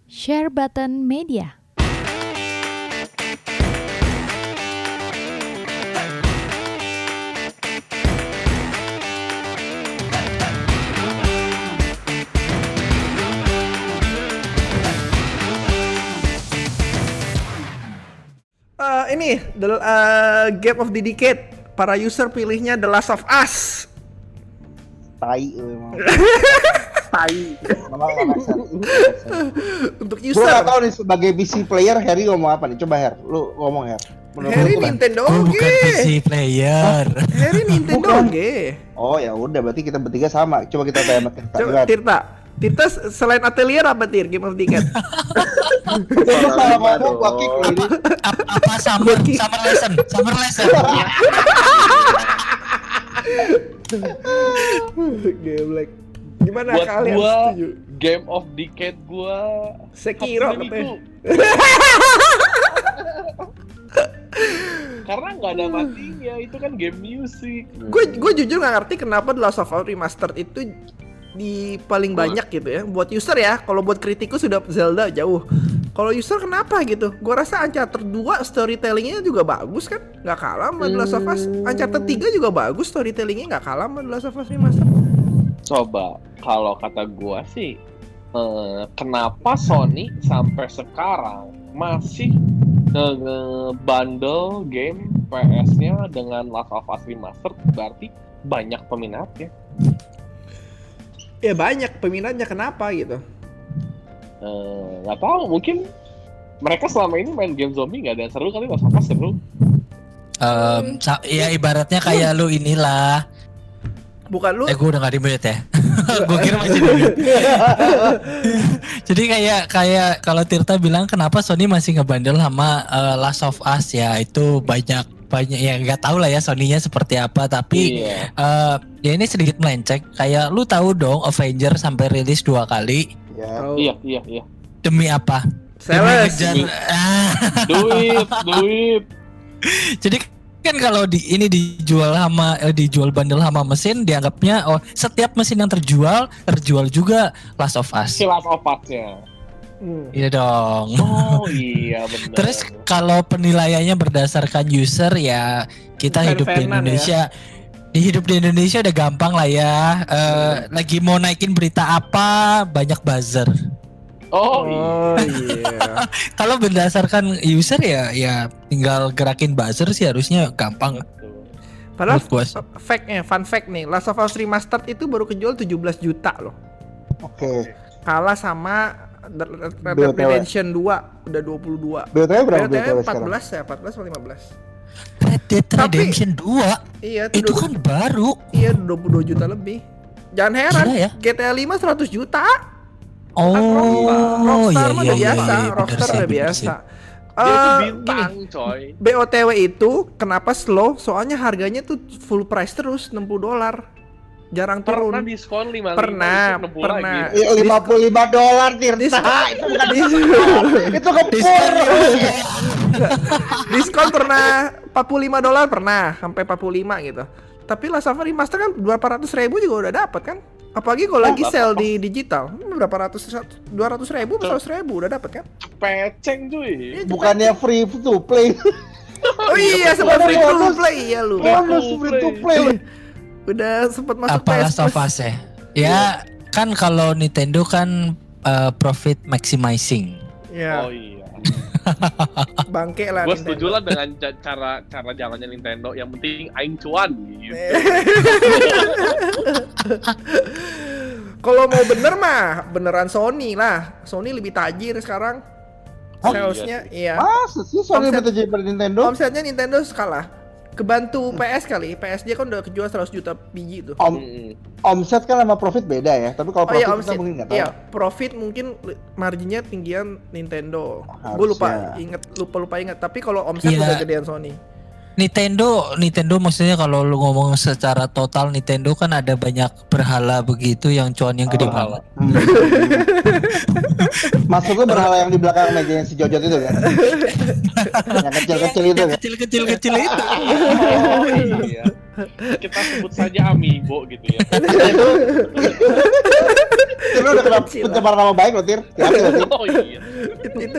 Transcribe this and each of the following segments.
Share Button Media. Ini Game of the Decade. Para user pilihnya The Last of Us. Tai emang. Tai. Untuk Gue user. gak tau nih sebagai PC player Harry ngomong apa nih? Coba Her, lu ngomong Her. Harry Nintendo Gue oke. bukan PC player. Harry Nintendo Bukan. oke. Oh ya udah berarti kita bertiga sama. Coba kita tanya sama Tirta. Coba Tirta selain Atelier apa Tir Game of the Decade? Lu salah ngomong gua kick lu ini. Apa summer lesson? Geblek. Gimana Buat kalian gua, setuju? Game of Decade gua Sekiro Hatsune katanya. Miku. Karena nggak ada matinya, itu kan game musik. Gue jujur nggak ngerti kenapa The Last of Us Remastered itu di paling banyak gitu ya. Buat user ya, kalau buat kritikus sudah Zelda jauh. Kalau user kenapa gitu? Gue rasa Uncharted 2 storytellingnya juga bagus kan, nggak kalah sama The Last of Us. Uncharted 3 juga bagus storytellingnya, nggak kalah sama The Last of Us Remastered. Coba, kalau kata gua sih, kenapa Sony sampai sekarang masih nge-bundle game PS-nya dengan Last of Us Remastered, berarti banyak peminatnya. Ya banyak peminatnya, kenapa gitu? Nggak tahu, mungkin mereka selama ini main game zombie nggak ada yang seru kali. Last of Us seru. Ya ibaratnya kayak lu inilah. Bukan lu? Gue udah gak di-mute ya. Gue kira masih di-mute. Jadi kayak kalau Tirta bilang kenapa Sony masih ngebandel sama Last of Us, ya itu banyak ya nggak tahu lah ya Sony-nya seperti apa, tapi ya ini sedikit melenceng. Kayak lu tahu dong Avenger sampai rilis 2 kali. Ya. Iya. Demi apa? Sales. Demi ngejar. Duit. Jadi kan kalau dijual bundle sama mesin, dianggapnya setiap mesin yang terjual juga Last of Us. Si Last of Us-nya. Iya dong. Oh iya benar. Terus kalau penilaiannya berdasarkan user, ya kita hidup di Fan-fanan Indonesia. Hidup di Indonesia udah gampang lah ya. Lagi mau naikin berita apa, banyak buzzer. Oh Iya. Kalau berdasarkan user ya tinggal gerakin buzzer sih, harusnya gampang. Padahal Menurut gua. fun fact nih, Last of Us Remastered itu baru kejual 17 juta loh. Oke. Kalah sama Red Dead BOTW. Redemption 2 udah 22. BOTW berapa BOTW BOTW sekarang? 14 ya, 14 atau 15. Red Dead Tapi- Redemption 2 Iya, itu kan baru. iya 22 juta lebih. Jangan heran, Gila ya. GTA 5 100 juta. Oh, Rockstar mah udah biasa, bener Rockstar sih, udah bener biasa. sih. Dia tuh Gini, bintang coy. BOTW itu kenapa slow? Soalnya harganya tuh full price terus, $60. Jarang turun. Pernah diskon 55 Pernah. itu 60 lagi. Ya, $55 Tirta. Itu bukan diskon. Itu kepur. Diskon pernah $45 pernah sampai 45 gitu. Tapi Last of Us Remaster kan 200.000 juga udah dapat kan? Apalagi kalau lagi sale di digital, berapa ratus, 200.000 atau 100.000 udah dapat kan? Peceng cuy. Iya, Bukannya free to play. Oh iya, sempat free to play ya lu. Bonus free to play. Udah sempat masuk Apa PS Last of Us ya? Ya kan kalau Nintendo kan profit maximizing. Ya, Oh iya. bangke lah. Gue Nintendo. setuju lah dengan cara jalannya Nintendo. Yang penting aing cuan gitu. Kalau mau bener mah beneran Sony lah. Sony lebih tajir sekarang. Oh, Salesnya iya. Masa sih Sony Omset- bisa jadi pada Nintendo? Omsetnya Nintendo kalah. Kebantu PS kali. PSG kan udah kejual 100 juta biji tuh. Omset kan sama profit beda ya. Tapi kalau Oh iya, profit kita mungkin nggak tahu. iya, profit mungkin marginnya tinggian Nintendo. Gue lupa inget. Tapi kalau omset Iya. udah gedean Sony. Nintendo maksudnya kalau lu ngomong secara total, Nintendo kan ada banyak berhala begitu yang cuannya gede banget. Maksud lu berhala yang di belakang meja yang si Jojot itu kan? Yang kecil-kecil itu kan? Kecil-kecil itu. Oh iya. Kita sebut saja Amiibo gitu ya. Itu udah kena pencemaran nama baik loh Tir. Hati-hati loh, Tir. Oh iya.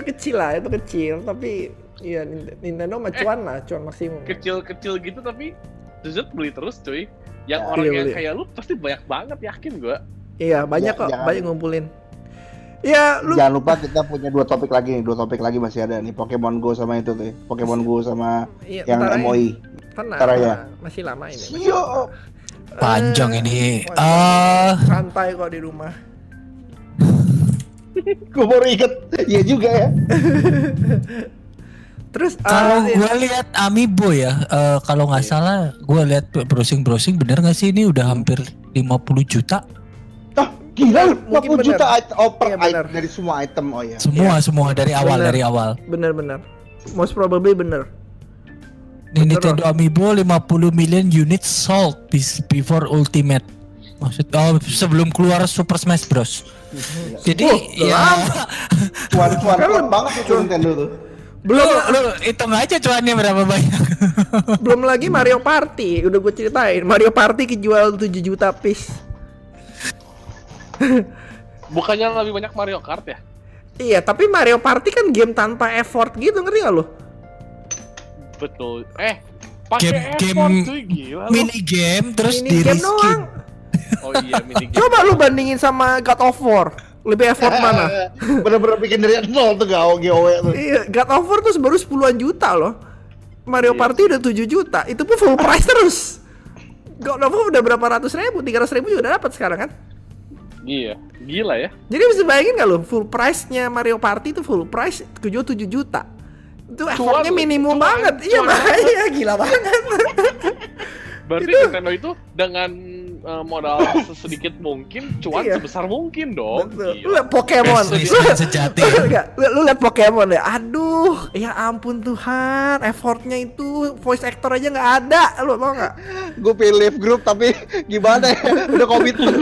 kecil lah, itu kecil. Tapi iya Nintendo mah cuan lah, cuan maksimum. Kecil-kecil gitu tapi Jujur beli terus cuy. Yang Ya, orang iya, yang beli. kayak lu pasti banyak banget, yakin gua. Iya banyak kok, Jangan. banyak ngumpulin. Ya lu Jangan lupa kita punya dua topik lagi masih ada nih, Pokemon Go sama itu tuh. Pokemon Go sama iya, yang ntar aja. MOI. Tenang, ntar aja. masih lama ini. Siap. Panjang ini. Santai kok di rumah. Gue baru inget. Iya juga ya. Terus Kalau iya. gue lihat Amiibo ya, kalau nggak salah gue lihat browsing bener nggak sih ini udah hampir 50 juta Gila, Mungkin 50 juta bener. per Iya, bener. dari semua item. Oh ya. semua dari awal Bener. dari awal. Bener-bener. Most probably bener. Ini Betul. Nintendo Amiibo 50 million units sold before Ultimate. Sebelum keluar Super Smash Bros. Jadi Wah, ya Cuan banget itu Nintendo tuh. Belum lu hitung aja cuannya berapa banyak. belum lagi Mario Party, udah gue ceritain. Mario Party kejual 7 juta piece. Bukannya lebih banyak Mario Kart ya? Iya, tapi Mario Party kan game tanpa effort gitu, ngerti gak lo? Betul. Pakai Game- effort game cuy, gila lu. Mini game terus Mini di game reskin. doang. Oh iya, mini game. Coba lu bandingin sama God of War. Lebih effort mana? Bener-bener bikin dari nol tuh GOW tuh. Iya, God of War tuh baru 10-an juta loh. Mario Iya. Party udah 7 juta. Itu pun full price terus. God of War udah berapa ratus ribu, 300 ribu juga udah dapat sekarang kan? Iya, gila ya. Jadi bisa bayangin gak lo, full price-nya Mario Party itu full price kejual 7 juta. Itu effortnya loh, minimum cuan, banget. Iya, cuan makanya gila banget. Berarti Nintendo itu dengan modal sedikit mungkin, cuan Iya. sebesar mungkin dong. Betul. Lu Gila. liat Pokemon. Bisnis sejati. Lu liat Pokemon ya. Aduh, ya ampun Tuhan, effortnya itu voice actor aja nggak ada. Lu tau nggak? Gue pilih live group tapi gimana ya? Udah komitmen.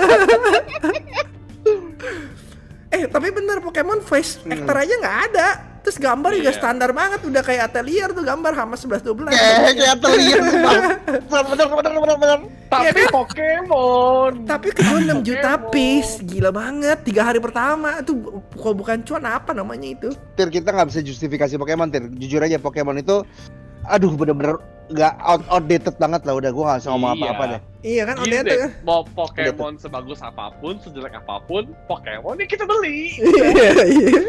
Tapi bener Pokemon voice actor aja nggak ada. Terus gambar juga Iya. standar banget, udah kayak Atelier tuh gambar sama 11-12. Kayak terlihat bener. Tapi Iya kan? Pokemon. Tapi kejual 6 juta Pokemon. piece, gila banget. 3 hari pertama itu kalau bukan cuan apa namanya itu? Tir, kita nggak bisa justifikasi Pokemon, Tir. Jujur aja Pokemon itu, aduh bener-bener nggak outdated banget lah. Udah gue nggak bisa ngomong Iya. apa-apa deh. Iya kan, Gini udah deh, kan? mau Pokemon sebagus apapun, sejelek apapun, Pokemon ya kita beli. Iya, iya.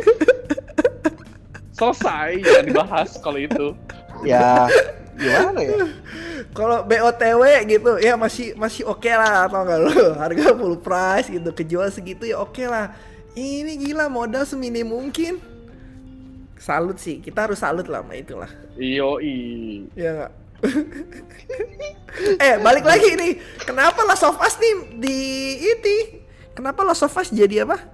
Selesai, jangan dibahas kalau itu. Ya gimana ya? Kalau BOTW gitu ya masih oke lah, tau gak lo? Harga full price gitu, kejual segitu ya oke lah. Ini gila modal seminim mungkin. Salut sih, kita harus salut lah sama itulah. Yoi. Ya nggak? Balik lagi nih. Kenapa Last of Us nih di ini? Kenapa Last of Us jadi apa?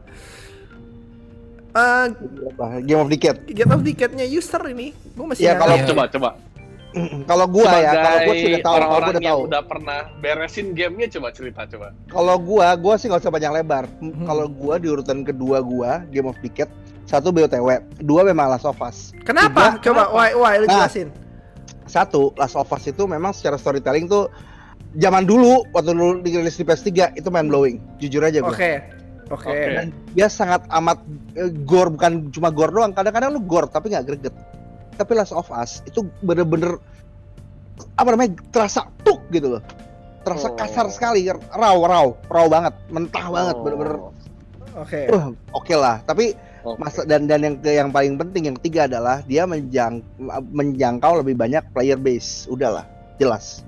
Game of Decade. Get of Decade-nya user ini. Gue masih Ya, nggak kalau- ngerti. Coba. Kalau gua ya, kalau gua sih udah tahu, kalau orang-orang gua udah yang tahu. udah pernah beresin gamenya, coba cerita. Kalau gua sih nggak usah panjang lebar. Kalau gua di urutan kedua gua Game of Decade, 1 BOTW, 2 memang Last of Us. Kenapa? 3, Coba why lu Nah, jelasin. 1 Last of Us itu memang secara storytelling tuh zaman dulu waktu dulu dirilis di PS3 itu mind blowing. Jujur aja gua. Oke. Dan dia sangat amat gore, bukan cuma gore doang. Kadang-kadang lu gore tapi nggak greget. Tapi Last of Us itu bener-bener apa namanya, terasa tuk gitu loh. Terasa Oh. kasar sekali, raw banget, mentah banget, bener-bener. Oke. Oke lah. Tapi Oke. dan yang paling penting yang ketiga adalah dia menjangkau lebih banyak player base. Udahlah, jelas.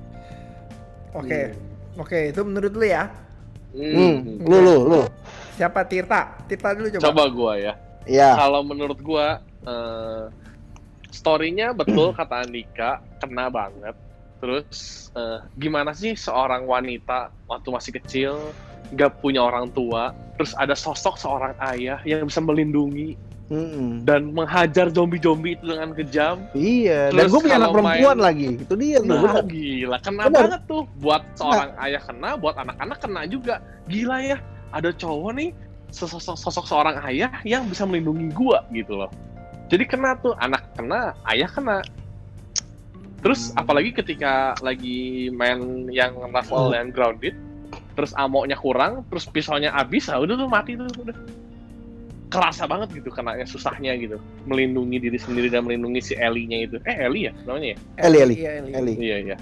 Oke, itu menurut lu ya. Lu. Siapa Tirta? Tirta dulu coba. Coba gua ya. Ya. Kalau menurut gua story-nya betul kata Andika, kena banget. Terus gimana sih seorang wanita waktu masih kecil gak punya orang tua, terus ada sosok seorang ayah yang bisa melindungi dan menghajar zombie-zombie itu dengan kejam. Iya. Dan Terus gue punya anak kalau perempuan main- lagi. Itu dia tuh. Nah, gila, kena Benar. banget tuh. Buat seorang ayah kena, buat anak-anak kena juga. Gila ya, ada cowok nih, sosok seorang ayah yang bisa melindungi gua gitu loh. Jadi kena tuh, anak kena, ayah kena. Terus apalagi ketika lagi main yang level yang grounded, terus amoknya kurang, terus pisaunya habis, udah tuh mati tuh udah. kerasa banget gitu kenanya susahnya gitu melindungi diri sendiri dan melindungi si Ellie-nya itu. Ellie ya namanya ya? Eli. Iya.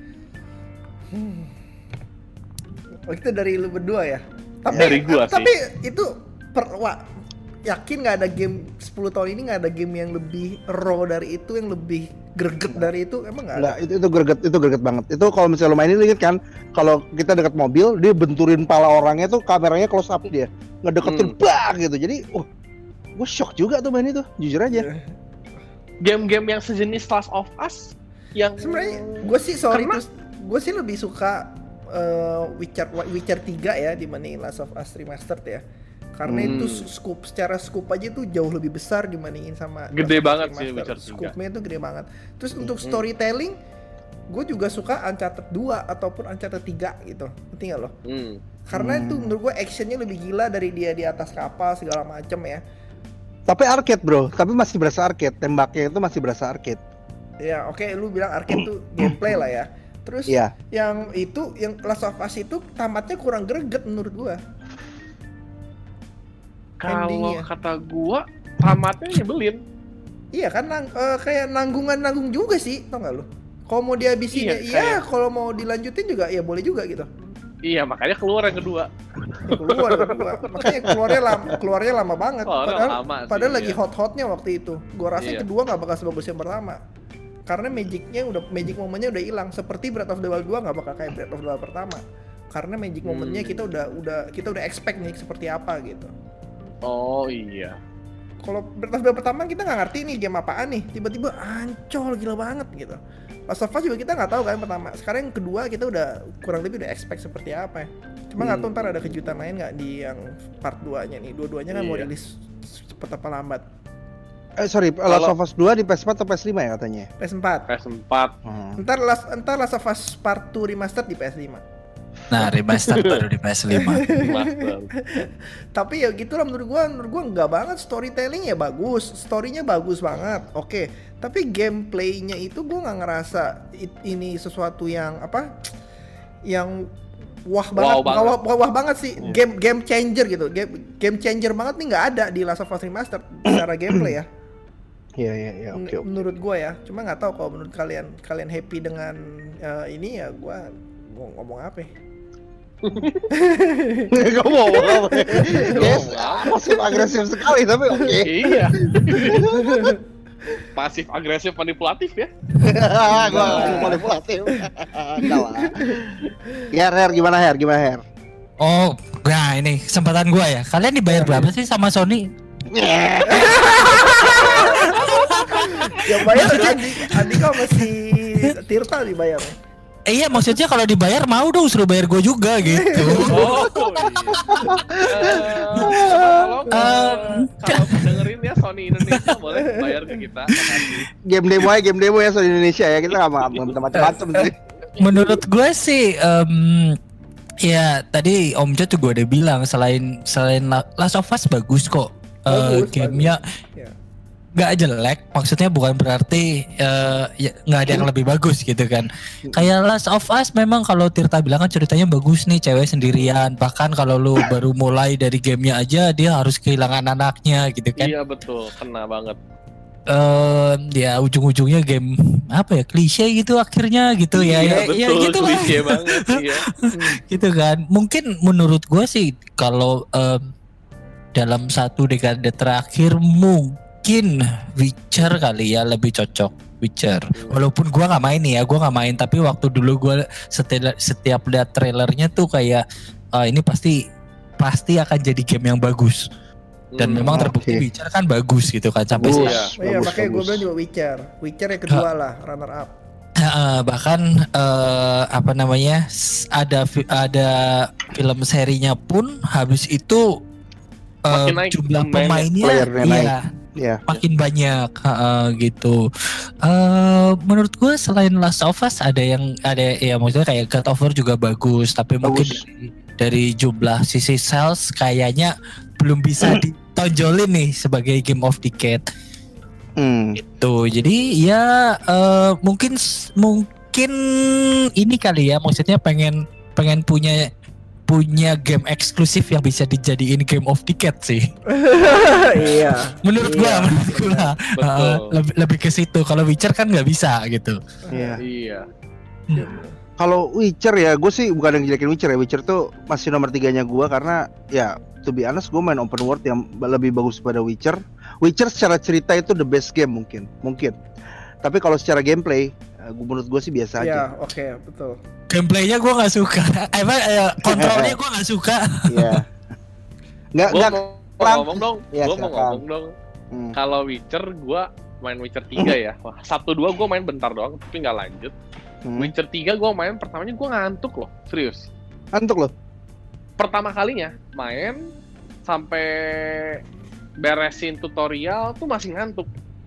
Oh, itu dari lu berdua ya? Dari gua sih. Tapi itu yakin nggak ada game 10 tahun ini nggak ada game yang lebih raw dari itu, yang lebih greget dari itu? Emang nggak ada? Nggak, itu greget banget. Itu kalau misalnya lo mainin inget kan, kalau kita dekat mobil dia benturin pala orangnya tuh kameranya close up dia ngedeketin gitu. Jadi gue shock juga tuh main itu, jujur aja. Game-game yang sejenis Last of Us yang sebenarnya gue sih lebih suka Witcher 3 ya dibandingin Last of Us Remastered ya. Karena itu secara scope aja tuh jauh lebih besar dibandingin sama gede banget sih Witcher 3. Scope-nya tuh gede banget. Terus untuk storytelling, gue juga suka Uncharted 2 ataupun Uncharted 3 gitu. Ngerti gak lo? Karena itu menurut gue actionnya lebih gila dari dia di atas kapal segala macem ya. Tapi arcade bro, tapi masih berasa arcade. Tembaknya itu masih berasa arcade. Ya oke, lu bilang arcade tuh gameplay lah ya. Terus yang Last of Us itu tamatnya kurang greget menurut gue. Kalau kata gua tamatnya nyebelin. Iya kan kayak nanggung juga sih, tau gak lu? Kalau mau dihabisin kalau mau dilanjutin juga ya boleh juga gitu. Iya, makanya keluar yang kedua. Makanya keluarnya lama banget. Padahal lagi hot-hotnya waktu itu. Gua rasa yang kedua nggak bakal sebagus yang pertama. Karena magic momennya udah hilang. Seperti Breath of the Wild 2 nggak bakal kayak Breath of the Wild pertama. Karena magic momennya kita udah expect nih seperti apa gitu. Oh iya. Kalau Breath of the Wild pertama kita nggak ngerti nih game apaan nih, tiba-tiba ancol gila banget gitu. Last of Us juga kita nggak tahu kan pertama. Sekarang yang kedua kita udah kurang lebih udah expect seperti apa ya. Cuma nggak tahu ntar ada kejutan lain nggak di yang part 2-nya nih. Dua-duanya kan mau rilis cepat apa lambat. Last of Us 2 di PS4 atau PS5 ya katanya? PS4. Ntar Last of Us Part 2 Remastered di PS5. Nah, remaster baru di PS5. Tapi ya gitulah menurut gua enggak banget. Storytellingnya bagus, storynya bagus banget. Oke. Tapi gameplaynya itu gua nggak ngerasa ini sesuatu yang yang wah banget sih. Game changer gitu. Game changer banget nih nggak ada di Last of Us Remastered secara gameplay ya. Iya, oke. Menurut gua ya. Cuma nggak tahu kalau menurut kalian happy dengan ini ya gua mau ngomong apa ya? Ngomong apa? Yes, pasif agresif sekali tapi oke. Iya. Pasif agresif manipulatif ya? Gua manipulatif. Enggak lah. Her, gimana Her? Oh, nah ini kesempatan gua ya. Kalian dibayar berapa sih sama Sony? Yang bayar Andi kok masih Tirta dibayar. Iya, maksudnya kalau dibayar mau dong suruh bayar gue juga gitu. Kalau dengerin ya Sony Indonesia boleh bayar ke kita. Game demo ya Sony Indonesia ya, kita nggak mau macam-macam sih. Menurut gue sih, ya tadi Om Jo juga udah bilang selain Last of Us bagus kok. Gamenya nggak jelek, maksudnya bukan berarti nggak ada yang lebih bagus gitu kan. Kayak Last of Us memang kalau Tirta bilang kan ceritanya bagus nih, cewek sendirian, bahkan kalau lu baru mulai dari gamenya aja dia harus kehilangan anaknya gitu kan. Iya betul, kena banget. Ya ujung-ujungnya game apa ya, klise gitu akhirnya gitu ya. Iya betul, ya gitu klise banget ya. Gitu kan. Mungkin menurut gue sih kalau dalam satu dekade terakhir mungkin Witcher kali ya lebih cocok. Witcher. Walaupun gua nggak main nih ya, gua nggak main, tapi waktu dulu gua setiap lihat trailernya tuh kayak ini pasti akan jadi game yang bagus. Dan memang terbukti Witcher kan bagus gitu kan sampai sekarang. Iya, makanya gue bilang juga Witcher yang kedua lah, runner up. Bahkan apa namanya, ada film serinya pun habis itu jumlah pemainnya makin banyak gitu. Menurut gue selain Last of Us ada ya, maksudnya kayak God of War juga bagus, tapi mungkin dari jumlah sisi sales kayaknya belum bisa ditonjolin nih sebagai Game of Decade. Gitu. Jadi ya mungkin ini kali ya, maksudnya pengen punya game eksklusif yang bisa dijadiin game of decade sih. Iya. Menurut gua. Betul. Lebih ke situ. Kalau Witcher kan nggak bisa gitu. Iya. Kalau Witcher ya, gue sih bukan yang jelekin Witcher ya. Witcher tuh masih nomor 3-nya gue karena ya to be honest gue main open world yang lebih bagus pada Witcher. Witcher secara cerita itu the best game mungkin. Tapi kalau secara gameplay, menurut gue sih biasa aja. Iya, oke, betul. Gameplaynya gua nggak suka. Kontrolnya gua nggak suka. Iya. Nggak Gue mau ngomong dong. Iya, Gue mau silakan. ngomong dong. Hmm. Kalau Witcher gue main Witcher 3 ya. Wah, 1-2 gue main bentar doang tapi nggak lanjut. Witcher 3 gue main pertamanya gue ngantuk loh, serius. Ngantuk loh. Pertama kalinya main sampai beresin tutorial tuh masih ngantuk.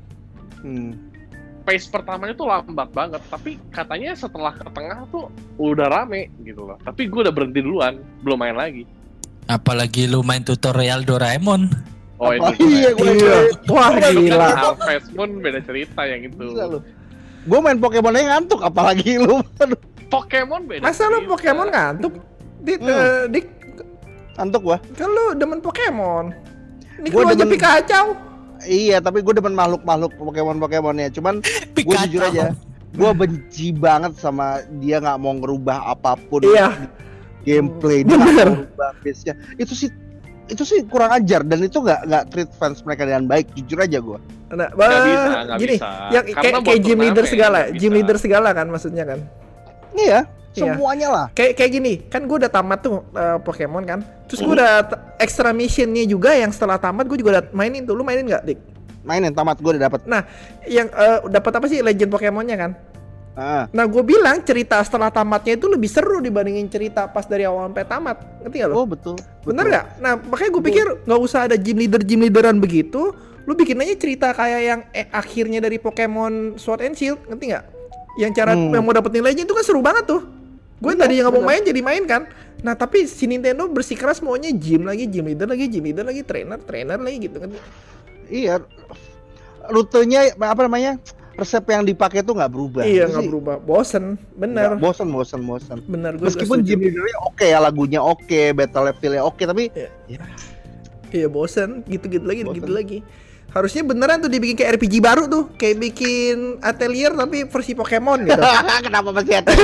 Pace pertamanya tuh lambat banget, tapi katanya setelah ke tengah tuh udah rame gitu loh. Tapi gue udah berhenti duluan, belum main lagi. Apalagi lu main tutorial Doraemon. Oh Apa? itu Iya, gue Iya. Wah, gila. Harvest Moon beda cerita yang itu. Gila lu. Gue main Pokemon aja ngantuk, apalagi lu. Pokemon beda. Masa lu cerita. Pokemon ngantuk? Dik, Ngantuk gua. kan lu demen Pokemon. Ini Gua lu aja demen- Pikachu. Iya, tapi gue demen makhluk Pokemonnya. Cuman gue Pikachu. jujur aja, gue benci banget sama dia nggak mau ngerubah apapun. Iya. Gameplay dia nggak Bener. mau ngerubah base-nya. Itu sih kurang ajar dan itu nggak treat fans mereka dengan baik. Jujur aja gue. Nah, Nggak gini, bisa. yang Karena kayak buat gym leader turnamen, segala, nggak gym bisa. leader segala kan maksudnya kan. Iya, Iya. semuanya lah. Kayak gini, kan gue udah tamat tuh Pokemon kan. Terus gue udah extra missionnya juga yang setelah tamat gue juga udah mainin tuh. Lu mainin nggak, Dik? Mainin tamat gue udah dapet. Yang dapat apa sih Legend Pokemonnya kan? Ah, Nah, gue bilang cerita setelah tamatnya itu lebih seru dibandingin cerita pas dari awal sampai tamat. Ngerti gak lo? oh betul. Bener nggak? Nah, makanya gue pikir nggak usah ada gym leaderan begitu. Lu bikin aja cerita kayak yang akhirnya dari Pokemon Sword and Shield, ngerti nggak? Yang cara yang mau dapetin legend itu kan seru banget tuh. Gue Iya, tadi yang nggak mau bener. main jadi main kan. Nah, tapi si Nintendo bersikeras maunya gym lagi, gym leader lagi, trainer lagi gitu kan. Iya. Rutenya apa namanya? Resep yang dipakai tuh nggak berubah. Iya, Itu nggak sih berubah. Bosen, bener. nggak, bosan. Bener, gue Meskipun gym leadernya oke ya, lagunya oke, battle levelnya oke, tapi Iya, bosen. Gitu lagi, Bosen. gitu lagi. Harusnya beneran tuh dibikin kayak RPG baru tuh, kayak bikin Atelier tapi versi Pokemon gitu. kenapa masih ada?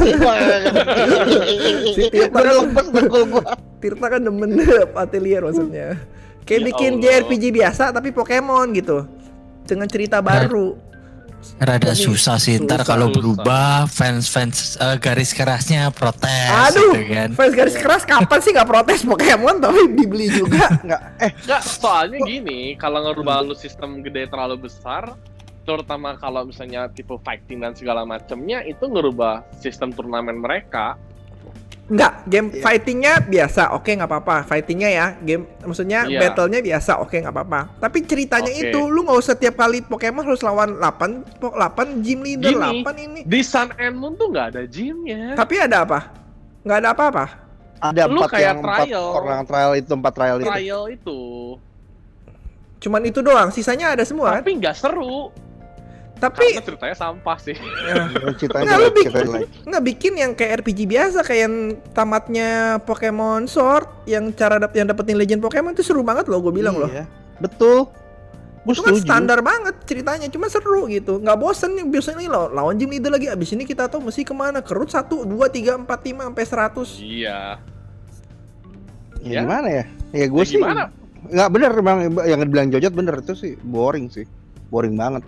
Si Tirta Udah kan, lemes dengkul gua. Tirta kan demen Atelier maksudnya. Kayak Ya bikin Allah. JRPG biasa tapi Pokemon gitu. Dengan cerita baru. Rada Ini susah sih ntar susah. kalau berubah fans garis kerasnya protes Aduh, gitu kan. fans garis keras kapan sih nggak protes Pokemon tapi dibeli juga. Enggak, soalnya gini, kalau ngerubah lu sistem gede terlalu besar, terutama kalau misalnya tipe fighting dan segala macamnya, itu ngerubah sistem turnamen mereka. Enggak, game Iya. fightingnya biasa, oke nggak apa-apa. Fightingnya ya, game maksudnya Iya. battlenya biasa, oke nggak apa-apa. Tapi ceritanya Oke. itu, lu nggak usah tiap kali Pokemon harus lawan 8 gym leader, Gini. 8 ini. Di Sun and Moon tuh nggak ada gymnya. Tapi ada apa? Nggak ada apa-apa. Ada Lu kayak empat trial. orang trial itu, 4 trial itu. Trial itu, Cuman itu doang, sisanya ada semua kan? tapi nggak seru. Tapi Karena ceritanya sampah sih. Ceritanya Nggak, lu jelek, ceritanya jelek. nggak bikin yang kayak RPG biasa, kayak yang tamatnya Pokemon Sword, yang cara yang dapetin Legend Pokemon itu seru banget loh, gue bilang loh. Iya, betul. Gue Itu kan setuju. standar banget ceritanya, cuma seru gitu, nggak bosen. Yang biasanya lawan gym leader lagi, abis ini kita tahu mesti kemana, ke route 1, 2, 3, 4, 5 sampai 100. Iya. Ya, Ya. gimana ya? Ya gue Ya sih gimana? nggak bener, emang yang dibilang Jojot bener, itu sih boring banget.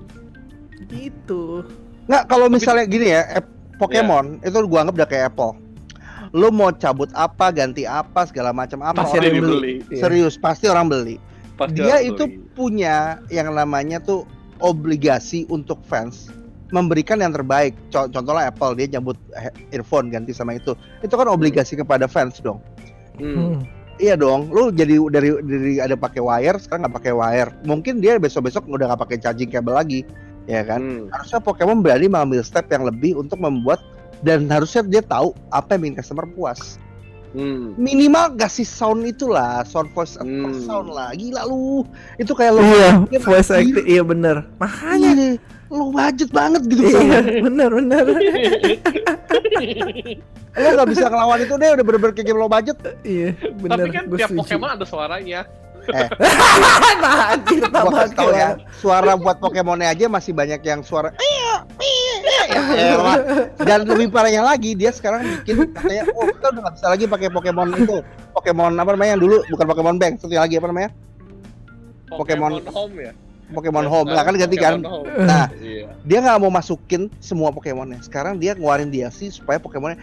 Gitu. Nggak, kalau misalnya gini ya, Pokemon itu gua anggap udah kayak Apple. Lu mau cabut apa, ganti apa, segala macam apa, Pasti orang ada yang beli. beli. Iya. Serius, pasti orang beli. Pasti Dia orang itu beli. punya yang namanya tuh obligasi untuk fans memberikan yang terbaik. Contohnya Apple, dia nyambut earphone ganti sama itu kan obligasi kepada fans dong. Hmm. Iya dong, lu jadi dari ada pakai wire, sekarang nggak pakai wire. Mungkin dia besok udah nggak pakai charging cable lagi, ya kan? Hmm. Harusnya Pokemon berani mengambil step yang lebih untuk membuat, dan harusnya dia tahu apa yang bikin customer puas. Hmm. Minimal kasih sound itulah, sound voice actor sound lah. Gila lu, itu kayak lu Iya, bikin voice anjir. acting, iya bener. Makanya Iya. low budget banget gitu. Iya, benar. Lo nggak bisa ngelawan itu deh, udah bener-bener kayak game low budget. Iya, benar. Tapi kan tiap Pokemon ada suaranya. Nah, anjir, Gua tambah kasih tau ya, suara buat Pokemonnya aja masih banyak yang suara elah. Dan lebih parahnya lagi, dia sekarang bikin katanya, oh kita udah nggak bisa lagi pakai Pokemon itu, Pokemon apa namanya yang dulu, bukan Pokemon Bank, satu lagi apa namanya? Pokemon Home ya. Pokemon Home lah kan ganti kan. Pokemon Home. Nah, Iya. dia nggak mau masukin semua Pokemonnya. Sekarang dia ngeluarin DLC supaya Pokemonnya,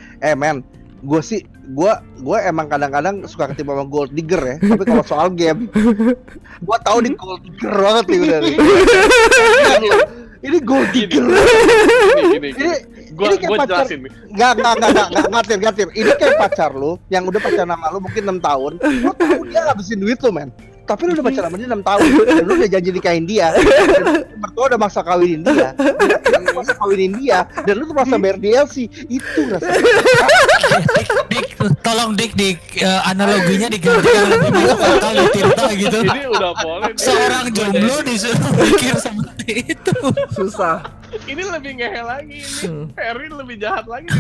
gue emang kadang-kadang suka ketemu sama Gold Digger ya. Tapi kalau soal game, gue tahu di Gold Digger banget nih udah nih. Ini Gold Digger. Gini. Gua jelasin nih. Nggak, Tir. Ini kayak pacar lu yang udah pacaran sama lu mungkin 6 tahun. Lu tahu dia ngabisin duit lu, men. Tapi lu udah pacaran sama dia 6 tahun, dan lu udah janji nikahin dia, dan mertua udah maksa kawinin dia, dan lu tuh maksa bayar DLC, itu rasanya. Tolong Dik, analoginya diganti yang lebih masuk akal ya Tirta gitu. Ini udah boleh nih. Seorang jomblo disuruh mikir seperti itu. susah. Ini lebih ngehe lagi ini. Ferry lebih jahat lagi.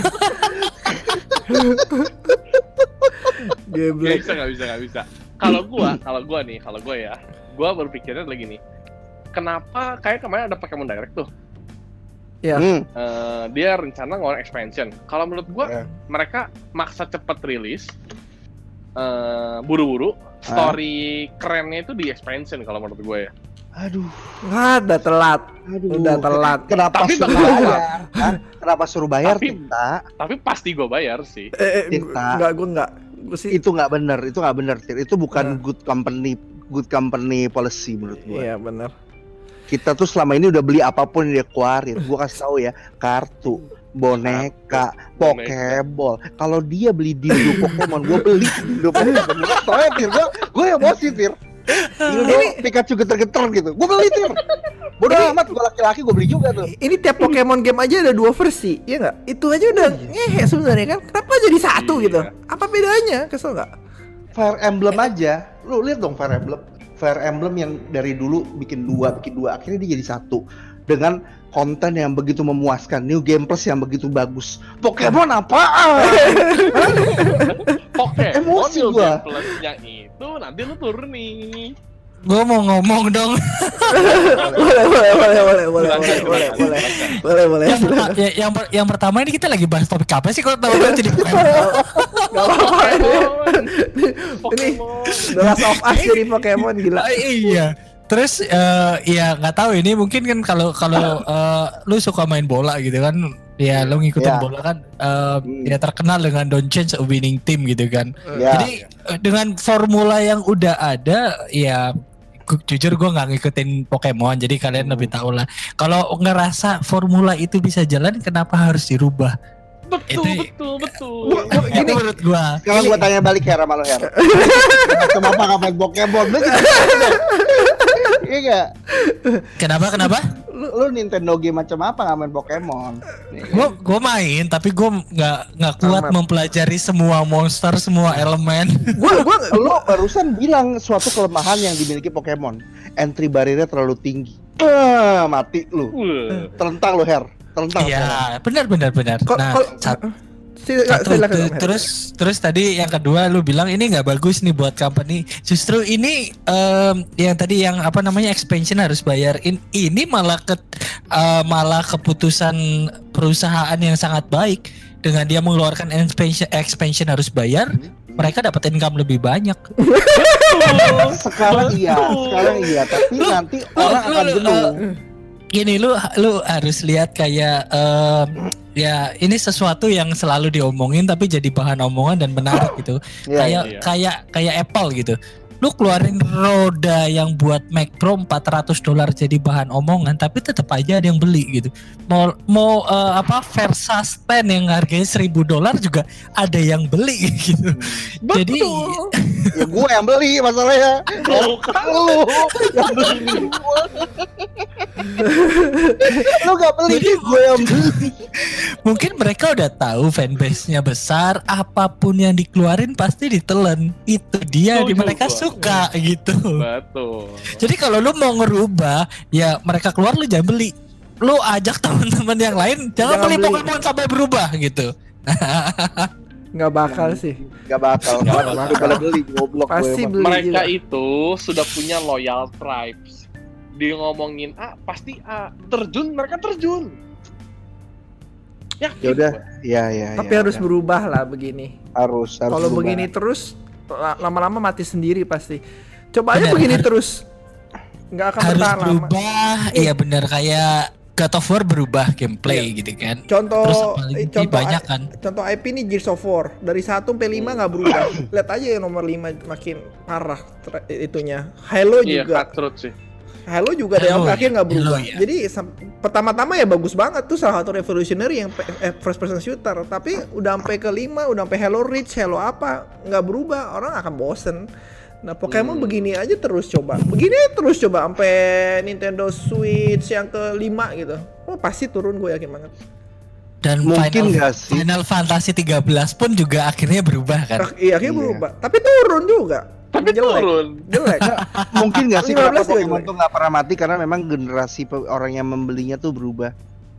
Geblek. Gak bisa. Kalau gua ya, gua berpikirnya lagi nih. Kenapa kayak kemarin ada Pokemon Direct tuh? Ya. Dia rencana ngeluarin expansion. Kalau menurut gua, Ya. mereka maksa cepet rilis, buru-buru. Story kerennya itu di expansion kalau menurut gua ya. Aduh, Udah telat. Kenapa Tapi suruh bakal bayar? Hah? Kenapa suruh bayar, Tapi- Tirta? Tapi pasti gua bayar sih. Tirta. Gue enggak. Gue sih. Itu nggak benar, Tir. Itu bukan good company policy menurut gua. Iya, benar. Kita tuh selama ini udah beli apapun yang dia keluarin. Gua kasih tahu ya, kartu, boneka, Pokeball. Kalau dia beli dildo Pokemon, gua beli dildo Pokemon. Soalnya Tir, gua emosi, Tir. Dildo Pikachu geter-geter gitu. Gua beli, Tir. Bodoh amat, gua laki-laki gua beli juga tuh. Ini tiap Pokemon game aja ada 2 versi, ya nggak? Itu aja udah ngehe sebenarnya kan. Kenapa jadi satu Iya. gitu? Apa bedanya? Kesel nggak? Fire Emblem aja. Lu lihat dong Fire Emblem. Fire Emblem yang dari dulu bikin dua, akhirnya dia jadi satu. Dengan konten yang begitu memuaskan, New Game Plus yang begitu bagus. Pokemon apaan? Pokemon Emosi New gua. Game Plus-nya itu nanti lu turun nih. Gue mau ngomong dong. Boleh. Yang pertama ini kita lagi bahas topik apa sih? Kalau tahu jadi Gak apa-apa. Ini The Last of Us jadi Pokemon gila. Iya. Terus ya nggak tahu ini mungkin kan kalau lu suka main bola gitu kan, ya lu ngikutin Ya. bola kan, ya terkenal dengan don't change a winning team gitu kan. Ya. Jadi dengan formula yang udah ada, ya jujur gue nggak ngikutin Pokemon, jadi kalian lebih tahu lah. Kalau ngerasa formula itu bisa jalan, kenapa harus dirubah? Betul. Ini menurut gue. Sekarang gua tanya balik Her sama lo Her. Kenapa ngapain Pokemon? Iya gak? Kenapa? Lu Nintendo game macam apa ngapain Pokemon? Gue main, tapi gue nggak kuat Amat. mempelajari semua monster, semua elemen. Lu barusan bilang suatu kelemahan yang dimiliki Pokemon. Entry barrier-nya terlalu tinggi. Mati lu. Terentang lu Her. Terentang. Iya, benar. Silakan. Terus tadi yang kedua lu bilang ini nggak bagus nih buat company. Justru ini yang tadi yang apa namanya expansion harus bayar. Ini malah keputusan perusahaan yang sangat baik dengan dia mengeluarkan expansion harus bayar. Mereka dapat income lebih banyak. Sekarang iya, tapi nanti orang akan jenuh. Gini lu harus lihat kayak ya ini sesuatu yang selalu diomongin tapi jadi bahan omongan dan menarik gitu. Iya, Kayak Apple gitu. Lu keluarin roda yang buat Mac Pro $400 jadi bahan omongan tapi tetap aja ada yang beli gitu. Mau Versa Stand yang harganya $1,000 juga ada yang beli gitu. Jadi Ya gue yang beli masalahnya. Lu yang beli. Lu gak beli, gue yang beli. mungkin mereka udah tahu fanbase-nya besar, apapun yang dikeluarin pasti ditelen. Itu dia di Setuju mereka gua. suka gitu. Betul. Jadi kalau lu mau ngerubah, ya mereka keluar lu jangan beli. lu ajak teman-teman yang lain jangan beli Pokemon sampai berubah gitu. Nggak bakal sih. Nggak bakal. Kalau beli goblok Pasti gue. beli Mereka juga. itu sudah punya loyal tribes. Dia ngomongin A pasti A, terjun mereka terjun. Ya udah, ya. Tapi harus berubah lah begini. Harus. Kalau berubah. begini terus lama-lama mati sendiri pasti. Coba aja Bener, begini terus. Nggak akan harus bertahan lama. berubah. Iya benar, kayak God of War berubah gameplay gitu kan. Contoh Terus apalagi banyak kan. Contoh IP nih Gears of War. Dari 1 sampai 5 nggak berubah. Lihat aja yang nomor 5 makin parah itunya. Halo iya, juga. cutthroat sih. Halo juga dari Halo, akhir nggak berubah. Halo, ya. Jadi pertama-tama ya bagus banget tuh, salah satu revolutionary yang first person shooter. Tapi udah sampai ke 5, udah sampai Halo Reach, Halo apa nggak berubah, orang akan bosen. Nah Pokemon begini aja terus coba, begini aja terus coba sampai Nintendo Switch yang ke-5 gitu. Oh pasti turun, gue yakin banget. Dan Mungkin nggak sih? Final Fantasy 13 pun juga akhirnya berubah kan. Iya akhirnya berubah, tapi turun juga. Tapi jelek. turun. Jelek. Mungkin nggak sih 15 kenapa juga Pokemon jelek. tuh nggak pernah mati karena memang generasi orang yang membelinya tuh berubah.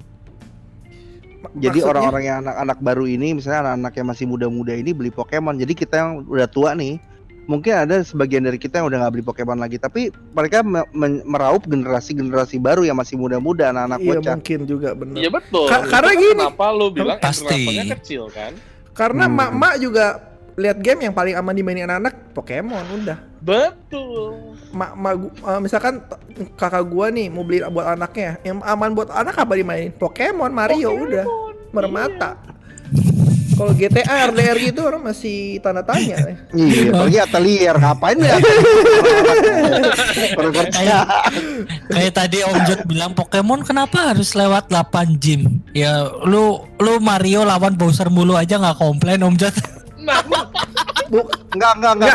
Jadi Maksudnya? orang-orang yang anak-anak baru ini, misalnya anak-anak yang masih muda-muda ini beli Pokemon. Jadi kita yang udah tua nih, mungkin ada sebagian dari kita yang udah nggak beli Pokemon lagi. Tapi mereka meraup generasi-generasi baru yang masih muda-muda, anak-anak Iya bocah. mungkin juga bener. Iya betul. Karena Itu gini. Kenapa lu bilang Pasti. interaksinya kecil kan? Karena mak-mak juga lihat game yang paling aman dimainin anak-anak Pokemon udah. Betul. Misalkan kakak gua nih mau beli buat anaknya, yang aman buat anak apa dimainin? Pokemon, Mario udah. Mermata. Kalau GTA, RDR gitu orang masih tanda tanya. Iya, apalagi Atelier ngapain ya? Kurang percaya. Kayak tadi Om Jod bilang Pokemon kenapa harus lewat 8 gym? Ya lu Mario lawan Bowser mulu aja nggak komplain Om Jod. Nah, Enggak.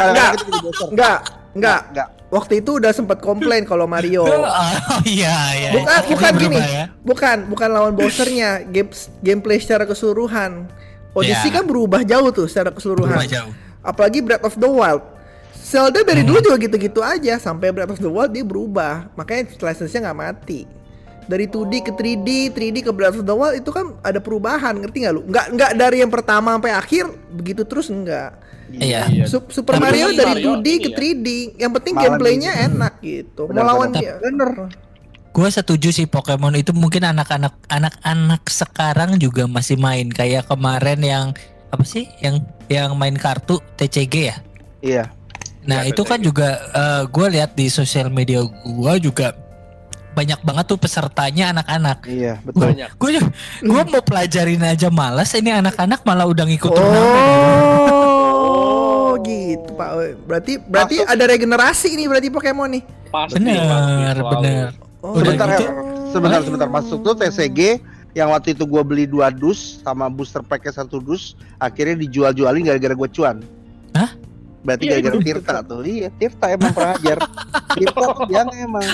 Enggak. Waktu itu udah sempat komplain kalau Mario. Oh iya. Bukan gini. Berubah ya. Bukan lawan bossernya, gameplay secara keseluruhan. Odyssey Ya. kan berubah jauh tuh secara keseluruhan. Berubah jauh. Apalagi Breath of the Wild. Zelda dari dulu juga gitu-gitu aja, sampai Breath of the Wild dia berubah. Makanya license-nya nggak mati. Dari 2D ke 3D, 3D ke Breath of the Wild itu kan ada perubahan, ngerti nggak lu? Nggak dari yang pertama sampai akhir begitu terus enggak. Iya. Super Tapi Mario dari Mario 2D ke iya. 3D, yang penting Malah gameplaynya gitu. enak gitu. Benar, Melawan benar. dia. Bener. Gue setuju sih Pokemon itu mungkin anak-anak sekarang juga masih main kayak kemarin yang apa sih yang main kartu TCG ya. Iya. Nah Ya, itu kan juga gue lihat di sosial media gue juga banyak banget tuh pesertanya anak-anak. Iya, betul. banyak. Gue mau pelajarin aja malas, ini anak-anak malah udah ngikut turnamen. Oh, gitu Pak. Berarti Masuk. ada regenerasi ini berarti Pokemon nih. Pasti Bener. Oh, Udah Sebentar gitu. ya. Sebentar masuk tuh TCG yang waktu itu gua beli 2 dus sama booster packnya 1 dus, akhirnya dijual-jualin gara-gara gua cuan. Hah? Berarti Iya, gara-gara itu. Tirta tuh. Iya, Tirta emang pernah ajar. Tirta tuh yang emang.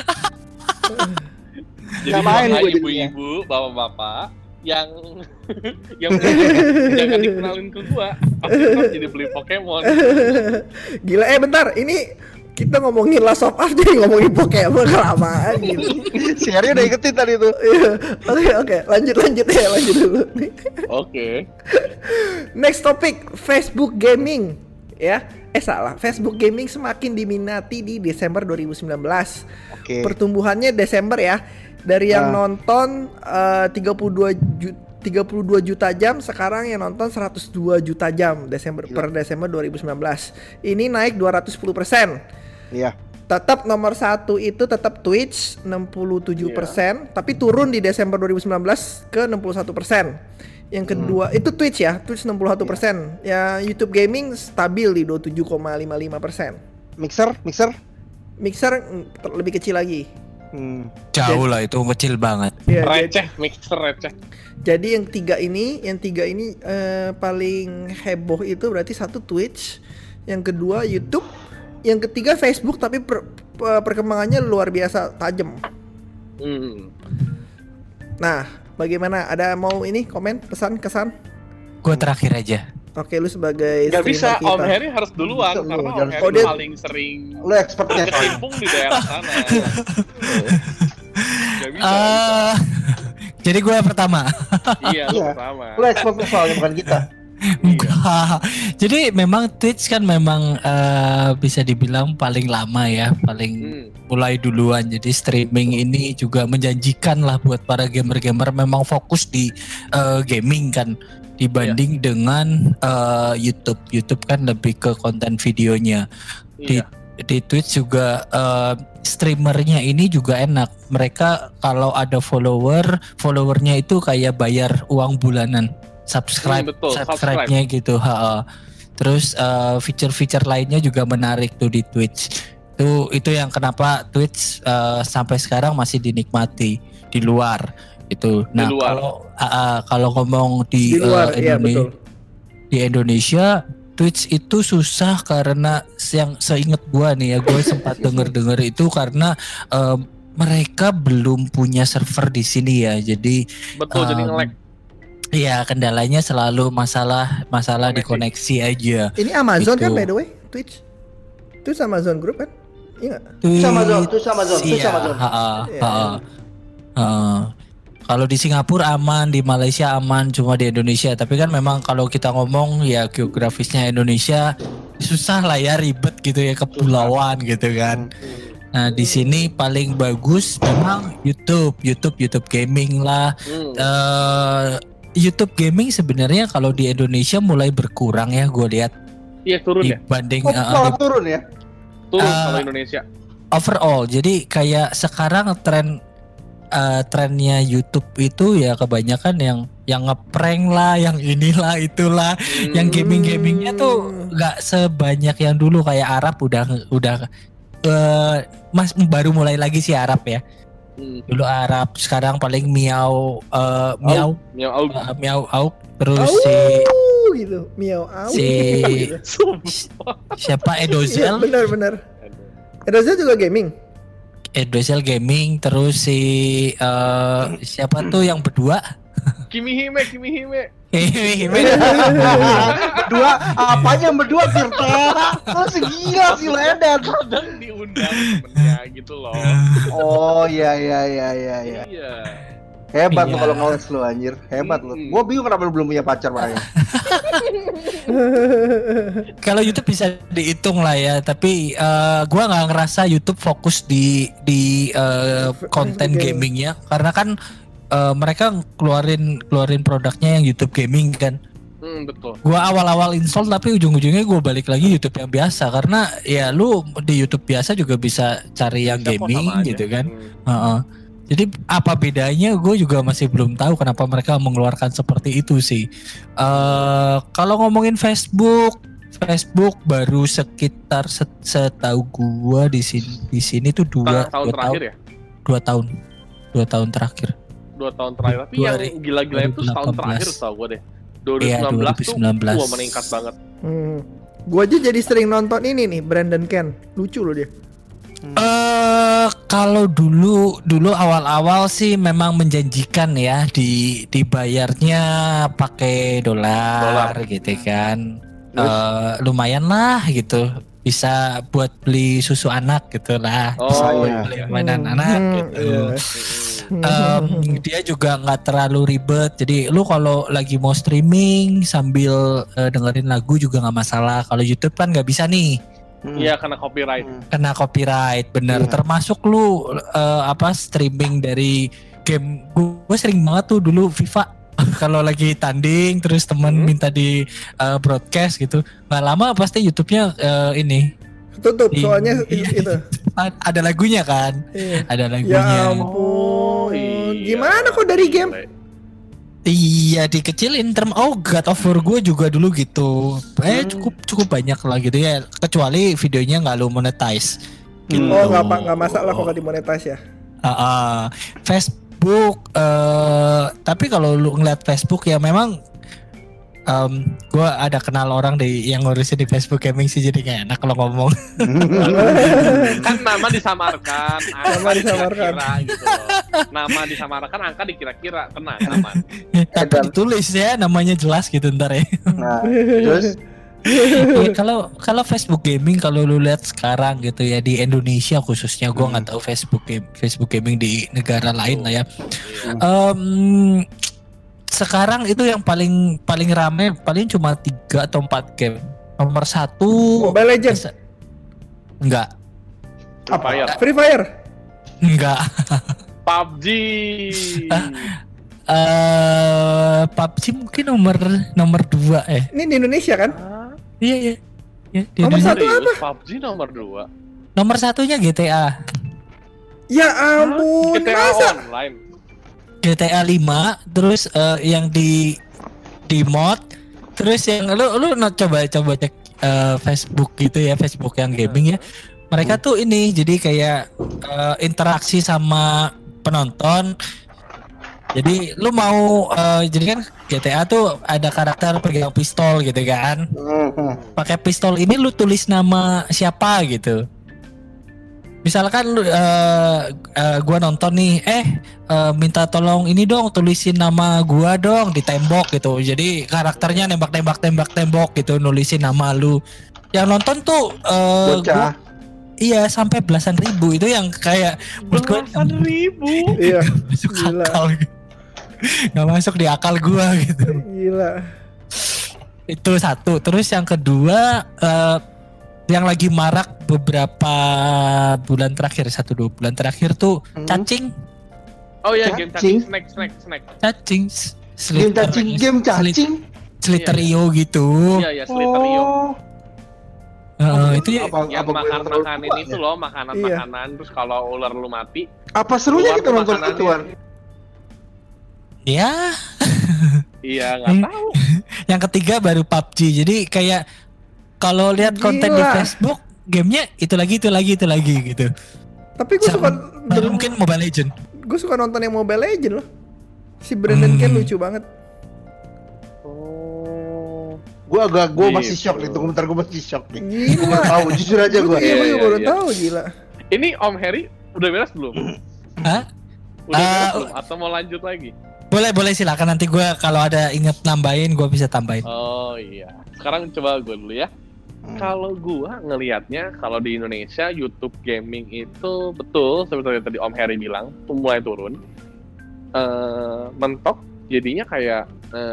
Jadi Nggak main makanya gua jadinya. ibu-ibu, bapak-bapak yang yang jangan dikenalin ke gua, pasti ntar jadi beli Pokemon. Gila, bentar. Ini kita ngomongin Last of Us jadi ngomongin Pokemon kelamaan gitu. Si Harry udah ikutin tadi tuh. Iya. Oke, lanjut dulu. Oke. Next topic, Facebook gaming. Ya, salah. Facebook gaming semakin diminati di Desember 2019. Oke. Pertumbuhannya Desember ya. Dari yang nonton 32 juta jam, sekarang yang nonton 102 juta jam per Desember 2019. Ini naik 210%. Iya. Tetap nomor 1 itu tetap Twitch 67%, tapi turun di Desember 2019 ke 61%. Yang kedua itu Twitch ya, Twitch 61%. Ya YouTube gaming stabil di 27,55%. Mixer? Lebih kecil lagi. Jauh lah itu kecil banget. Ya, Receh, mixer receh. jadi yang tiga ini paling heboh itu berarti satu Twitch, yang kedua YouTube, yang ketiga Facebook, tapi perkembangannya luar biasa tajam. Nah, bagaimana? Ada mau ini komen, pesan, kesan? Gue terakhir aja. Oke, lu sebagai Gak bisa, streamer Om kita. Harry harus duluan Bisa, karena lu, Om jangan- Harry Oh, dia- paling sering Lu expertnya. berkecimpung di daerah sana. Gak bisa. Eh Jadi gue yang pertama. Iya, lu Iya. pertama. Lu expert soalnya bukan kita. Enggak. Jadi memang Twitch kan memang bisa dibilang paling lama ya, paling mulai duluan. Jadi streaming ini juga menjanjikan lah buat para gamer-gamer, memang fokus di gaming kan dibanding dengan YouTube. YouTube kan lebih ke konten videonya. Iya. Di Twitch juga streamernya ini juga enak. Mereka kalau ada followernya itu kayak bayar uang bulanan. Betul, Subscribe-nya gitu. Terus feature-feature lainnya juga menarik tuh di Twitch. Itu yang kenapa Twitch sampai sekarang masih dinikmati di luar itu. Nah, kalau ngomong di luar, iya, betul. di Indonesia Twitch itu susah karena yang seingat gua nih ya, gue sempat denger itu karena mereka belum punya server di sini ya. Jadi jadi nge-lag. Iya, kendalanya selalu masalah di koneksi aja. Ini Amazon Gitu. kan by the way, Twitch. Itu Amazon Group kan? Iya nggak? Itu sama zone. Kalau di Singapura aman, di Malaysia aman, cuma di Indonesia. Tapi kan memang kalau kita ngomong ya geografisnya Indonesia susah lah ya, ribet gitu ya, kepulauan gitu kan. Nah di sini paling bagus memang YouTube gaming lah. YouTube gaming sebenarnya kalau di Indonesia mulai berkurang ya, gue lihat. Iya, turun ya. Dibanding Turun ya. Turun kalau Indonesia. Overall, jadi kayak sekarang trennya YouTube itu ya kebanyakan yang ngeprank lah, yang inilah itulah, yang gamingnya tuh nggak sebanyak yang dulu. Kayak Arab udah baru mulai lagi sih Arab ya. Dulu Arab, sekarang paling miau terus gitu, miau siapa Edozel? Iya, benar. Edozel juga gaming. Edozel gaming, terus siapa tuh yang berdua? Kimi Hime. Berdua, apanya yang berdua Tirta? Lu segila sih lo Edan. Kadang diundang temennya gitu loh. Oh iya. Iya. Hebat Iya. lu kalau ngeles lu anjir. Hebat lu. Gua bingung kenapa lu belum punya pacar makanya. Kalau YouTube bisa dihitung lah ya, tapi gua nggak ngerasa YouTube fokus di konten gamingnya, karena kan mereka keluarin produknya yang YouTube gaming kan. Betul. Gua awal-awal install tapi ujung-ujungnya gua balik lagi YouTube yang biasa, karena ya lu di YouTube biasa juga bisa cari yang Bisa kok gaming sama aja. gitu kan. Jadi apa bedanya, gue juga masih belum tahu kenapa mereka mengeluarkan seperti itu sih. Kalau ngomongin Facebook baru sekitar setahu gue di sini tuh dua tahun terakhir ya. 2 tahun terakhir. 2 tahun terakhir. Tapi yang gila-gila itu setahun terakhir setahu gue deh. 2019 tuh meningkat banget. Gua aja jadi sering nonton ini nih, Brandon Ken. Lucu loh dia. Kalau dulu awal-awal sih memang menjanjikan ya, dibayarnya pakai dolar gitu kan. Lumayan lah gitu, bisa buat beli susu anak gitu lah, bisa buat beli mainan anak gitu. Dia juga nggak terlalu ribet, jadi lu kalau lagi mau streaming sambil dengerin lagu juga nggak masalah. Kalau YouTube kan nggak bisa nih. Iya, kena copyright. Kena copyright, bener. Termasuk lu streaming dari game. Gue sering banget tuh dulu FIFA. Kalau lagi tanding terus teman minta di broadcast gitu, nggak lama pasti YouTube-nya ini tutup soalnya itu. Ada lagunya kan? Iya. Ada lagunya. Ya ampun. Iya. Gimana kok dari game? Iya, dikecilin. God of War gue juga dulu gitu. Cukup banyak lah gitu ya. Kecuali videonya nggak lu monetize. Gitu. Oh nggak masalah kok nggak dimonetize ya. Facebook. Tapi kalau lu ngeliat Facebook ya memang gue ada kenal orang yang ngurusin di Facebook gaming sih, jadi gak enak kalau ngomong. Kan nama disamarkan, Nama disamarkan. dikira-kira gitu loh. Nama disamarkan, angka dikira-kira, kena aman. Tapi ditulis ya, namanya jelas gitu ntar ya. Nah, terus Ya, kalau Facebook gaming, kalau lu lihat sekarang gitu ya di Indonesia khususnya, gue nggak tahu Facebook gaming di negara lain lah ya. Sekarang itu yang paling rame paling cuma 3 atau 4 game. Nomor 1 Mobile Legends, enggak. Free Fire. Enggak. PUBG. PUBG mungkin nomor 2 Ini di Indonesia kan? Iya. Ya, di Nomor Indonesia. satu apa? PUBG nomor 2. Nomor 1-nya GTA. Ya ampun, GTA masa? Online. GTA 5, terus yang di mod, terus yang lu coba cek Facebook gitu ya, Facebook yang gaming ya. Mereka tuh ini jadi kayak interaksi sama penonton. Jadi lu mau jadi kan GTA tuh ada karakter pegang pistol gitu kan. Pakai pistol ini lu tulis nama siapa gitu. Misalkan lu gua nonton nih, minta tolong ini dong tulisin nama gua dong di tembok gitu. Jadi karakternya nembak gitu, nulisin nama lu. Yang nonton tuh Bocah. iya sampai belasan ribu, itu yang kayak menurut gua Belasan ribu. Iya, masuk gila. akal gitu. Nggak masuk di akal gua gitu. Gila. Itu satu. Terus yang kedua yang lagi marak beberapa bulan terakhir, 1-2 bulan terakhir tuh cacing. Oh iya, game Cacing. cacing, snack. Cacing. Game cacing. Slither.io gitu. Iya, Slither.io. Itu ya Yang makan-makanin lupa itu ya? loh, makanan-makanan. Terus kalau ular lu mati, Apa serunya keluar kita nonton makanannya. ituan? ya. Iya, nggak tahu. Yang ketiga baru PUBG. Jadi kayak kalau lihat konten di Gila. Facebook, gamenya itu lagi gitu. Tapi gue suka Baru mungkin Mobile Legend. gue suka nonton yang Mobile Legend loh. Si Brandon Ken lucu banget. Oh. Gue masih Gitu. shock nih, tunggu bentar gue masih shock nih. Gila. Gue baru tahu, jujur aja gue. Iya, gue Iya, baru iya. tahu gila. Ini Om Heri udah beres belum? Hah? Udah beres Ah, belum? Atau mau lanjut lagi? Boleh silakan, nanti gue kalau ada inget nambahin gue bisa tambahin. Oh iya. Sekarang coba gue dulu ya. Kalau gua ngelihatnya, kalau di Indonesia YouTube gaming itu betul seperti yang tadi Om Heri bilang, tuh mulai turun. Mentok, jadinya kayak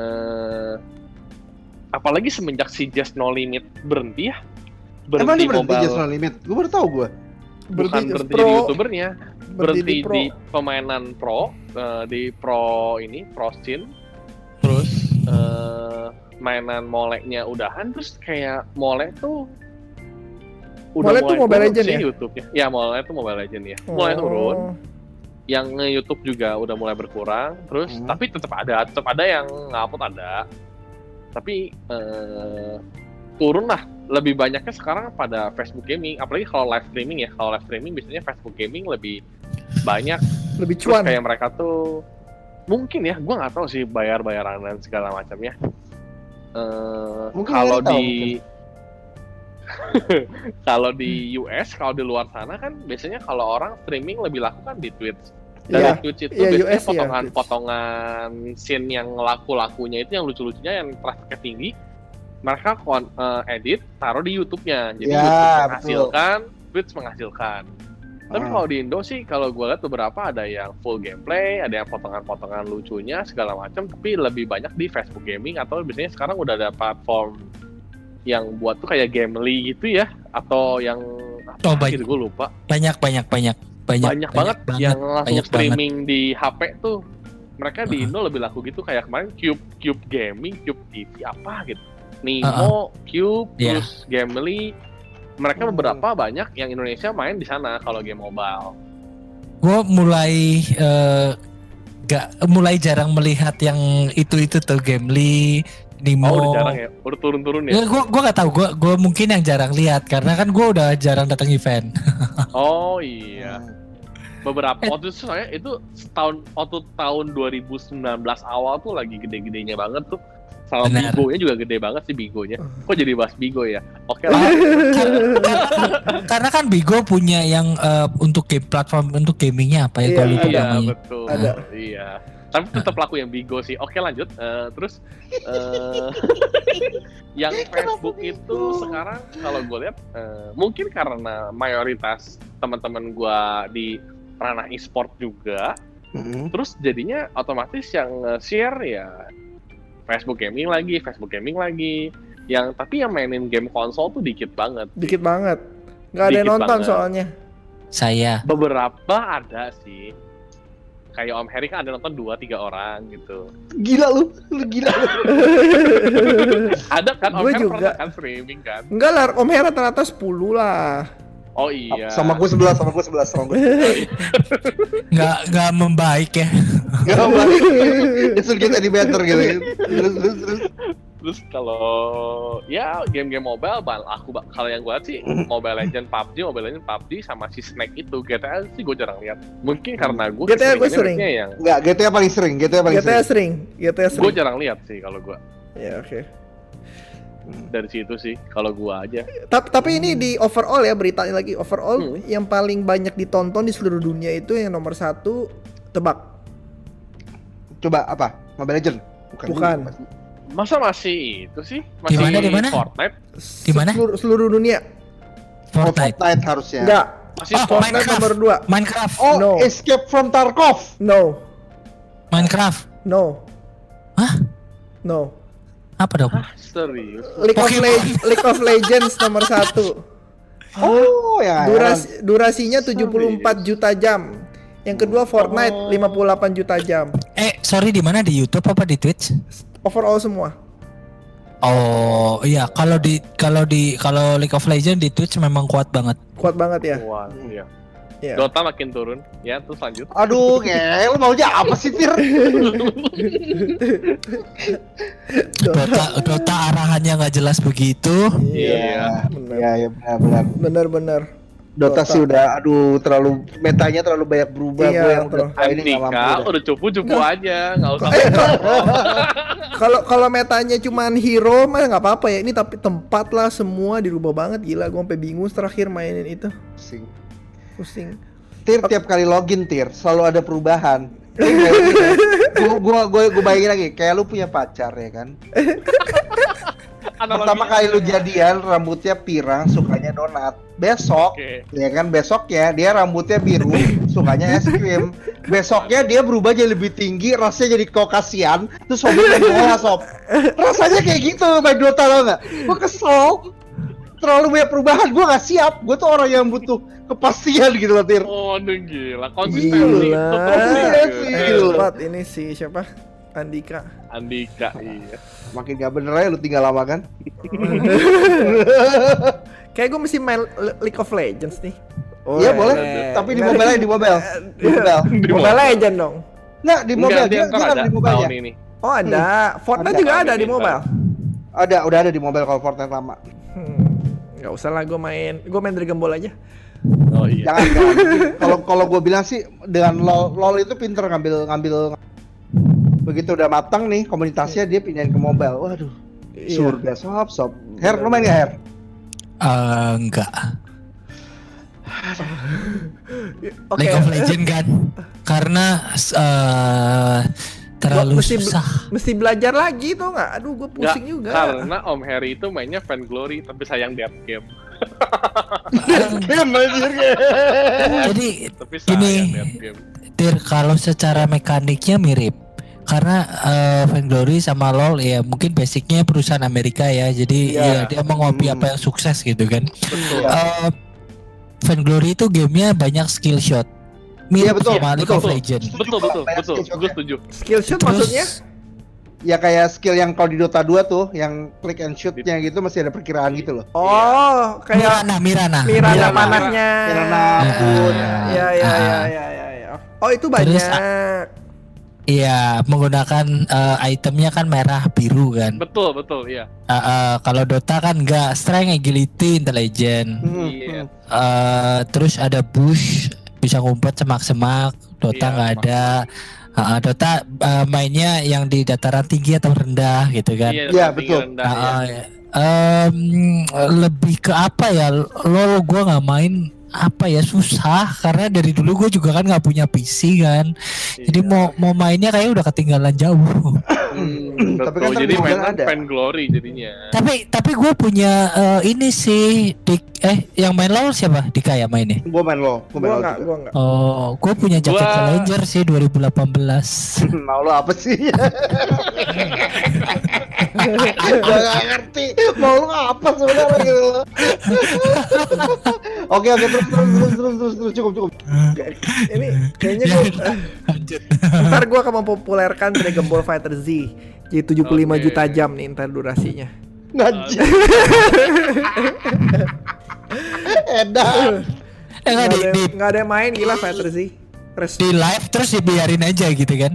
apalagi semenjak si Just No Limit berhenti ya. Emang dia berhenti mobile. Just No Limit? Gue baru tahu gue. Bukan Berhenti berhenti pro. jadi YouTubernya, berhenti pro. di pemainan pro, di pro scene. Terus mainan moleknya udahan, terus kayak molek tuh Molek tuh Mobile turun Legend sih ya? YouTube-nya. Ya, molek tuh Mobile Legend ya. Mulai turun. Oh. Yang nge-YouTube juga udah mulai berkurang. Terus tapi tetap ada yang ngupload ada. Tapi turun lah. Lebih banyaknya sekarang pada Facebook gaming, apalagi kalau live streaming ya. Kalau live streaming biasanya Facebook gaming lebih banyak. Lebih Terus cuan. kayak mereka tuh mungkin ya, gue nggak tahu sih bayaran dan segala macamnya. Mungkin Kalau Heri tahu, di kalau di US, kalau di luar sana kan biasanya kalau orang streaming lebih laku kan di Twitch. Dan Iya, di Twitch itu iya, biasanya US ya, potongan scene yang laku-lakunya itu yang lucu-lucunya yang trafficnya tinggi. Mereka edit, taruh di YouTube-nya. Jadi Ya, YouTube betul. menghasilkan, Twitch menghasilkan. Tapi Ah. kalau di Indo sih, kalau gue lihat beberapa ada yang full gameplay, ada yang potongan-potongan lucunya segala macam, tapi lebih banyak di Facebook gaming atau biasanya sekarang udah ada platform yang buat tuh kayak Gamely gitu ya, atau yang Oh, apa baik. gitu gue lupa. Banyak Banyak banget yang langsung banyak streaming di HP tuh. Mereka di Uh-uh. Indo lebih laku gitu, kayak kemarin Cube Gaming, Cube TV apa gitu. Nemo, Cube, Iya. terus Gamely. Mereka beberapa banyak yang Indonesia main di sana kalau game mobile. Gue mulai jarang melihat yang itu tuh Gamely, Nemo. Oh, udah jarang ya? Udah turun-turun ya? Gue nggak tahu, gue mungkin yang jarang lihat karena kan gue udah jarang datang event. Oh iya. Beberapa waktu itu soalnya itu waktu tahun 2019 awal tuh lagi gede-gedenya banget tuh. Sama Benar. Bigo-nya juga gede banget sih Bigo-nya. Kok jadi bahas Bigo ya? Oke lah. Karena kan Bigo punya yang untuk game platform untuk gamingnya apa ya? Iya, Gue lupa Iya namanya. betul. Ada. Iya. Tapi tetap laku yang Bigo sih. Oke lanjut. Terus yang Facebook itu sekarang kalau gue lihat mungkin karena mayoritas teman-teman gue di ranah e-sport juga, Terus jadinya otomatis yang share ya Facebook gaming lagi. Tapi yang mainin game konsol tuh dikit banget. Dikit banget. Nggak ada yang nonton soalnya. Saya. Beberapa ada sih. Kayak Om Heri kan ada nonton 2-3 orang gitu. Gila lu gila lu. Ada kan Om Gue Heri juga. pernah kan streaming kan? Enggak lah, Om Hera rata-rata 10 lah. Oh iya. Sama gue 11 Nggak membaik ya. Gak balik. Itu kita di better gitu. Terus kalau ya game-game mobile, kalau yang gue lihat sih Mobile Legend PUBG sama si Snake itu. GTA sih gue jarang lihat. Mungkin karena gue GTA gue sering. yang Enggak, GTA paling sering. GTA sering. gue jarang lihat sih kalau gue. Ya oke. Dari situ sih kalau gue aja. Tapi ini di overall ya, beritanya lagi overall yang paling banyak ditonton di seluruh dunia itu yang nomor 1, tebak. Coba apa? Mobile Legend? Bukan. Masa masih itu sih? Di mana? Fortnite? Di mana? Seluruh dunia. Fortnite. Fortnite harusnya. Enggak. Masih Oh, Fortnite Minecraft. nomor 2. Minecraft. Oh, No. Escape from Tarkov. No. Minecraft. No. Hah? No. Apa dong? serius. League of Legends nomor 1. Oh, ya. Durasinya 74 juta jam. Yang kedua Fortnite 58 juta jam. Sorry, di mana? Di YouTube apa di Twitch? Overall semua. Oh iya, kalau League of Legends di Twitch memang kuat banget. Kuat banget ya. Wah, iya. Iya. Dota makin turun. Ya, terus lanjut. Aduh, ngel, maunya apa sih, Tir? Dota arahannya nggak jelas begitu. Iya. Iya, benar. Benar. Dota sih udah, aduh, terlalu metanya terlalu banyak berubah. Iya, Gue yang terlalu. udah ini nggak mampu. Andika udah cupu aja, nggak usah. Kalau metanya cuman hero mah nggak apa-apa ya. Ini tapi tempat lah semua dirubah banget, gila. Gue sampai bingung terakhir mainin itu. Pusing. Tir, tiap kali login, Tir, selalu ada perubahan. Gue bayangin lagi, kayak lu punya pacar ya kan? Pertama kali lu jadian, rambutnya pirang, sukanya donat. Besok, ya kan, besoknya dia rambutnya biru, sukanya es krim. Besoknya dia berubah jadi lebih tinggi, rasanya jadi kokasian, terus hobinya bola, sob. Rasanya kayak gitu main Dota, tau gak? Gue kesel. Terlalu banyak perubahan, gue gak siap. Gue tuh orang yang butuh kepastian gitu loh, Tir. Oh, gila. Konsistensi itu Konsistensi. Hebat ini si siapa? Andika, iya. Makin gak bener aja lu tinggal lama kan. Kayak gue mesti main League of Legends nih. Iya boleh, tapi di mobile aja, di mobile. Mobile Legend dong. Nggak, di mobile, Enggak, dia ada di mobile tahun ya. ini. Oh ada, Fortnite Ada. juga ada di mobile. Udah ada di mobile kalau Fortnite lama. Nggak usah lah, gue main Dragon Ball aja. Oh iya. Jangan. Kalau gue bilang sih dengan LOL itu pinter ngambil begitu udah matang nih komunitasnya dia pindahin ke mobile. Waduh. Iya. Surga sob. Her, lu main nggak Her? Enggak. Oke. League of Legends kan. Karena terlalu susah. Mesti belajar lagi tuh nggak? Aduh, gue pusing juga. Karena Om Heri itu mainnya Fan Glory tapi sayang dead game. Jadi Tapi sayang ini dead game. Tir, kalau secara mekaniknya mirip. Karena Vainglory sama LoL ya mungkin basicnya perusahaan Amerika ya. Jadi ya dia mengopi apa yang sukses gitu kan. Betul. Vainglory itu gamenya banyak skill shot. Mirip sama League of Legends. Betul. Gue setuju. Skill shot Terus, maksudnya? Ya kayak skill yang kalau di Dota 2 tuh yang click and shoot-nya gitu masih ada perkiraan gitu loh. Oh, kayak Mirana. Mirana panahnya. Mirana ampun. ya. Ya. Oh, itu banyak. Terus, iya, menggunakan itemnya kan merah biru kan. Betul, iya. Kalau Dota kan enggak, strength, agility, intelligence. Iya. Terus ada bush, bisa ngumpet semak-semak. Dota Iya, nggak ada. Dota mainnya yang di dataran tinggi atau rendah gitu kan. Iya, betul. Rendah, ya. Lebih ke apa ya? LoL gue nggak main apa ya, susah karena dari dulu gue juga kan nggak punya PC kan. Jadi mau mainnya kayak udah ketinggalan jauh. Tapi kan jadi ntar mainan ada. fan glory jadinya. Tapi gue punya ini sih yang main LoL siapa? Dika ya mainnya? Gue main LoL. Gua enggak. Oh, gue punya jaket Gua- Challenger sih 2018. Mau lo apa sih? Gue gak ngerti. Mau lo apa sebenarnya gitu loh. Oke, terus cukup. Ini kayaknya gua Lanjut. ntar gua akan mempopulerkan Dragon Ball Fighter Z. Jadi 75 Oke. juta jam nih ntar durasinya. Ngajak. Edan. Nggak ada yang main gila Fighter Z. Di live terus dibiarin aja gitu kan?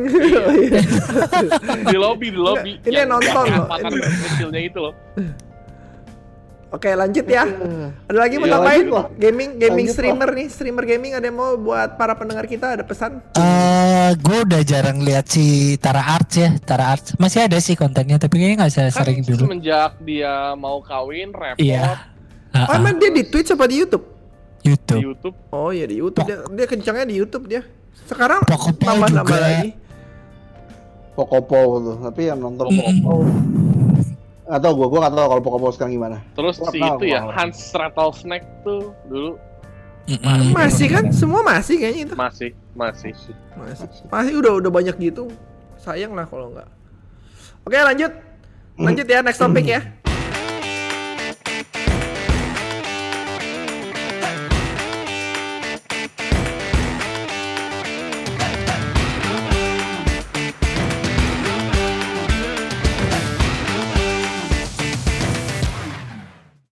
Di lobby. Ini yang nonton loh. Avatar kecilnya itu loh. Oke lanjut ya. Ada lagi mau Iya, tambahin? lanjut lah. Gaming Lanjut streamer nih, streamer gaming ada yang mau buat para pendengar kita ada pesan? Gue udah jarang lihat si Tara Arts ya. Tara Arts masih ada sih kontennya, tapi kayaknya nggak sering Kan dulu. semenjak dia mau kawin, repot Iya. Oh emang dia di Twitch apa di YouTube? di YouTube. YouTube. Oh iya di YouTube dia kencangnya di YouTube dia. Sekarang Pokoknya nambah juga. lagi. Pokopo tuh, tapi yang nonton Mm-mm. Pokopo. Gak tau gue gak tau kalau Pokopo sekarang gimana. Terus Gua si tahu, itu ya gua tahu. Hans Rattlesnake tuh dulu Mm-mm. Masih kan? Semua masih kayaknya itu. masih. Masih udah banyak gitu. Sayang lah kalau enggak. Oke lanjut. Lanjut ya next topic ya.